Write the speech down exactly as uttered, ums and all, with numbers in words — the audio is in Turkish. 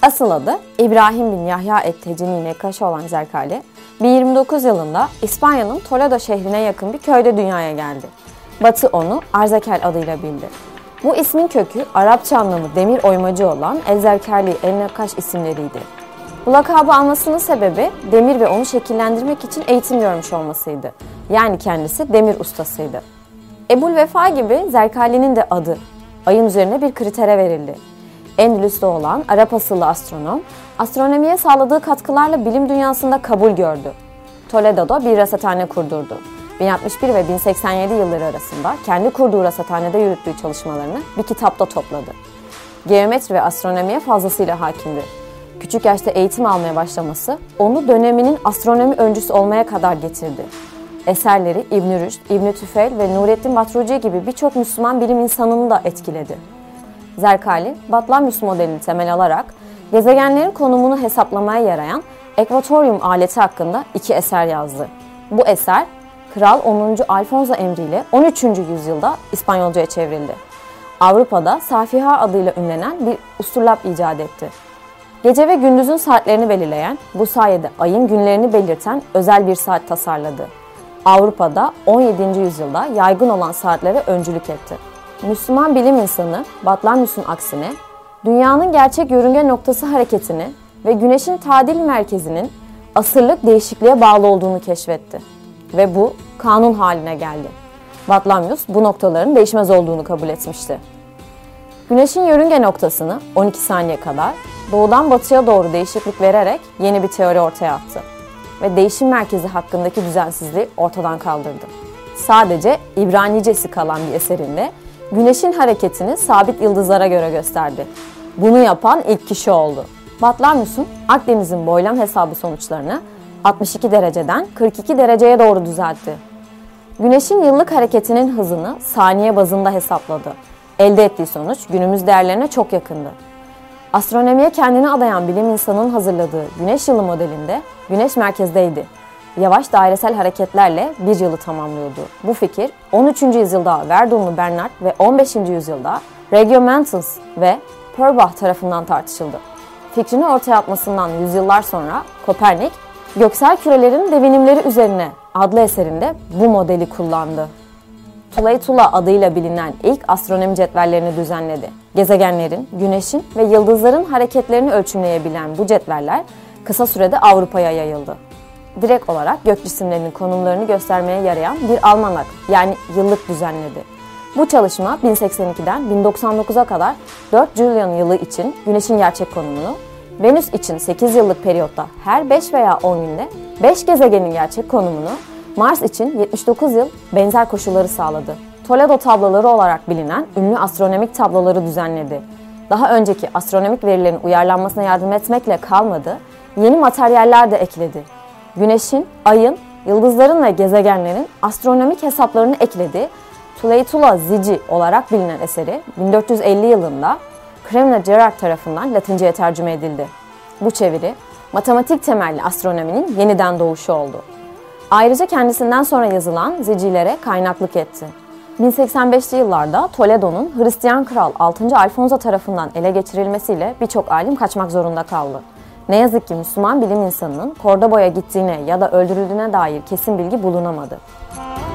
Asıl adı İbrahim bin Yahya et-Tecini Nekkaşı olan Zerkali, bin yirmi dokuz yılında İspanya'nın Toledo şehrine yakın bir köyde dünyaya geldi. Batı onu Arzekel adıyla bildi. Bu ismin kökü Arapça anlamı demir oymacı olan El-Zerkali, El-Nekkaş isimleriydi. Bu lakabı almasının sebebi demir ve onu şekillendirmek için eğitim görmüş olmasıydı. Yani kendisi demir ustasıydı. Ebul Vefa gibi Zerkali'nin de adı ayın üzerine bir kritere verildi. Endülüs'te olan Arap asıllı astronom, astronomiye sağladığı katkılarla bilim dünyasında kabul gördü. Toledo'da bir rasathane kurdurdu. bin altmış bir ve bin seksen yedi yılları arasında kendi kurduğu rasathanede yürüttüğü çalışmalarını bir kitapta topladı. Geometri ve astronomiye fazlasıyla hakimdi. Küçük yaşta eğitim almaya başlaması onu döneminin astronomi öncüsü olmaya kadar getirdi. Eserleri İbn Rüşd, İbn Tüfeil ve Nurettin Batruci gibi birçok Müslüman bilim insanını da etkiledi. Zerkali, Batlamyus modelini temel alarak gezegenlerin konumunu hesaplamaya yarayan Ekvatorium aleti hakkında iki eser yazdı. Bu eser, Kral onuncu Alfonso emriyle on üçüncü yüzyılda İspanyolcaya çevrildi. Avrupa'da Safiha adıyla ünlenen bir usturlap icat etti. Gece ve gündüzün saatlerini belirleyen, bu sayede ayın günlerini belirten özel bir saat tasarladı. Avrupa'da on yedinci yüzyılda yaygın olan saatlere öncülük etti. Müslüman bilim insanı Batlamyus'un aksine dünyanın gerçek yörünge noktası hareketini ve güneşin tadil merkezinin asırlık değişikliğe bağlı olduğunu keşfetti. Ve bu kanun haline geldi. Batlamyus bu noktaların değişmez olduğunu kabul etmişti. Güneşin yörünge noktasını on iki saniye kadar doğudan batıya doğru değişiklik vererek yeni bir teori ortaya attı. Ve değişim merkezi hakkındaki düzensizliği ortadan kaldırdı. Sadece İbranicesi kalan bir eserinde Güneşin hareketini sabit yıldızlara göre gösterdi. Bunu yapan ilk kişi oldu. Batlamyus'un Akdeniz'in boylam hesabı sonuçlarını altmış iki dereceden kırk iki dereceye doğru düzeltti. Güneşin yıllık hareketinin hızını saniye bazında hesapladı. Elde ettiği sonuç günümüz değerlerine çok yakındı. Astronomiye kendini adayan bilim insanının hazırladığı Güneş yılı modelinde Güneş merkezdeydi. Yavaş dairesel hareketlerle bir yılı tamamlıyordu. Bu fikir on üçüncü yüzyılda Verdunlu Bernard ve on beşinci yüzyılda Regiomontanus ve Purbach tarafından tartışıldı. Fikrini ortaya atmasından yüzyıllar sonra Kopernik, Göksel Kürelerin Devinimleri Üzerine adlı eserinde bu modeli kullandı. Tulaytula adıyla bilinen ilk astronomi cetvellerini düzenledi. Gezegenlerin, güneşin ve yıldızların hareketlerini ölçümleyebilen bu cetveller kısa sürede Avrupa'ya yayıldı. Direkt olarak gök cisimlerinin konumlarını göstermeye yarayan bir almanak yani yıllık düzenledi. Bu çalışma bin seksen ikiden bin doksan dokuza kadar dört Julian yılı için Güneş'in gerçek konumunu, Venüs için sekiz yıllık periyotta her beş veya on günde beş gezegenin gerçek konumunu, Mars için yetmiş dokuz yıl benzer koşulları sağladı. Toledo tabloları olarak bilinen ünlü astronomik tabloları düzenledi. Daha önceki astronomik verilerin uyarlanmasına yardım etmekle kalmadı, yeni materyaller de ekledi. Güneşin, ayın, yıldızların ve gezegenlerin astronomik hesaplarını ekledi. Tulaytula Zici olarak bilinen eseri bin dört yüz elli yılında Cremna Gerard tarafından Latinceye tercüme edildi. Bu çeviri, matematik temelli astronominin yeniden doğuşu oldu. Ayrıca kendisinden sonra yazılan Zicilere kaynaklık etti. bin seksen beşli yıllarda Toledo'nun Hristiyan Kral altıncı Alfonso tarafından ele geçirilmesiyle birçok alim kaçmak zorunda kaldı. Ne yazık ki Müslüman bilim insanının Kordoba'ya gittiğine ya da öldürüldüğüne dair kesin bilgi bulunamadı.